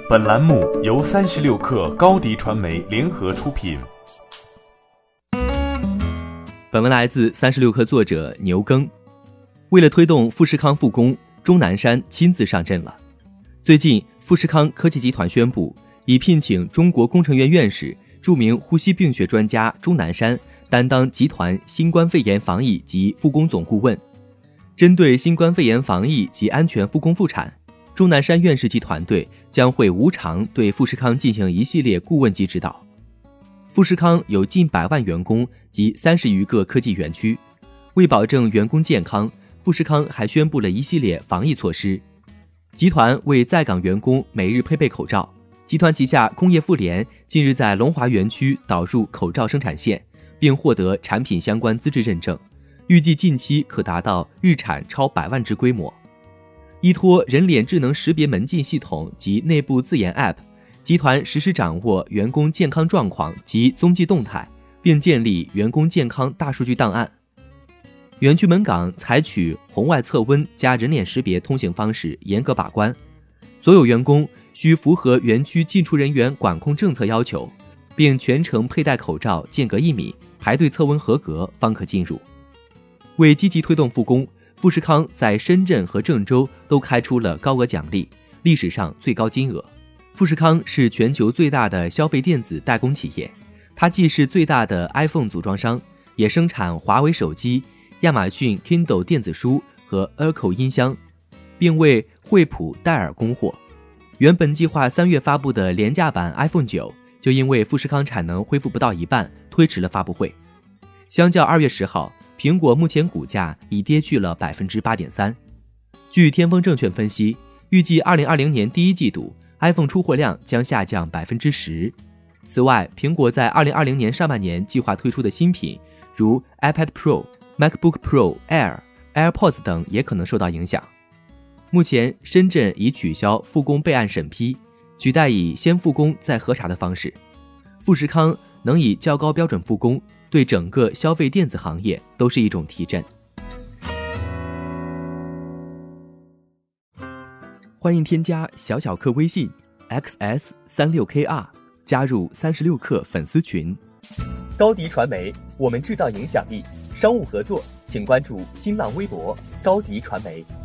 本栏目由36氪高迪传媒联合出品。 本文来自36氪作者牛耕。为了推动富士康复工，钟南山亲自上阵了。最近，富士康科技集团宣布，已聘请中国工程院院士、著名呼吸病学专家钟南山担当集团新冠肺炎防疫及复工总顾问。针对新冠肺炎防疫及安全复工复产，钟南山院士及团队将会无偿对富士康进行一系列顾问及指导。富士康有近100万员工及30余个科技园区，为保证员工健康，富士康还宣布了一系列防疫措施。集团为在岗员工每日配备口罩，集团旗下工业妇联近日在龙华园区导入口罩生产线，并获得产品相关资质认证，预计近期可达到日产超100万只规模。依托人脸智能识别门禁系统及内部自研 App， 集团实时掌握员工健康状况及踪迹动态，并建立员工健康大数据档案。园区门岗采取红外测温加人脸识别通行方式，严格把关。所有员工需符合园区进出人员管控政策要求，并全程佩戴口罩，间隔1米，排队测温合格方可进入。为积极推动复工，富士康在深圳和郑州都开出了高额奖励，历史上最高金额。富士康是全球最大的消费电子代工企业，它既是最大的 iPhone 组装商，也生产华为手机、亚马逊 Kindle 电子书和 Echo 音箱，并为惠普、戴尔供货。原本计划3月发布的廉价版 iPhone 9，就因为富士康产能恢复不到一半，推迟了发布会。相较2月10号，苹果目前股价已跌去了 8.3%。 据天风证券分析，预计2020年第一季度 iPhone 出货量将下降 10%。 此外，苹果在2020年上半年计划推出的新品，如 iPad Pro、MacBook Pro、Air、AirPods 等也可能受到影响。目前，深圳已取消复工备案审批，取代以先复工再核查的方式。富士康能以较高标准复工，对整个消费电子行业都是一种提振。欢迎添加小小客微信 XS36KR， 加入36氪粉丝群。高迪传媒，我们制造影响力。商务合作请关注新浪微博高迪传媒。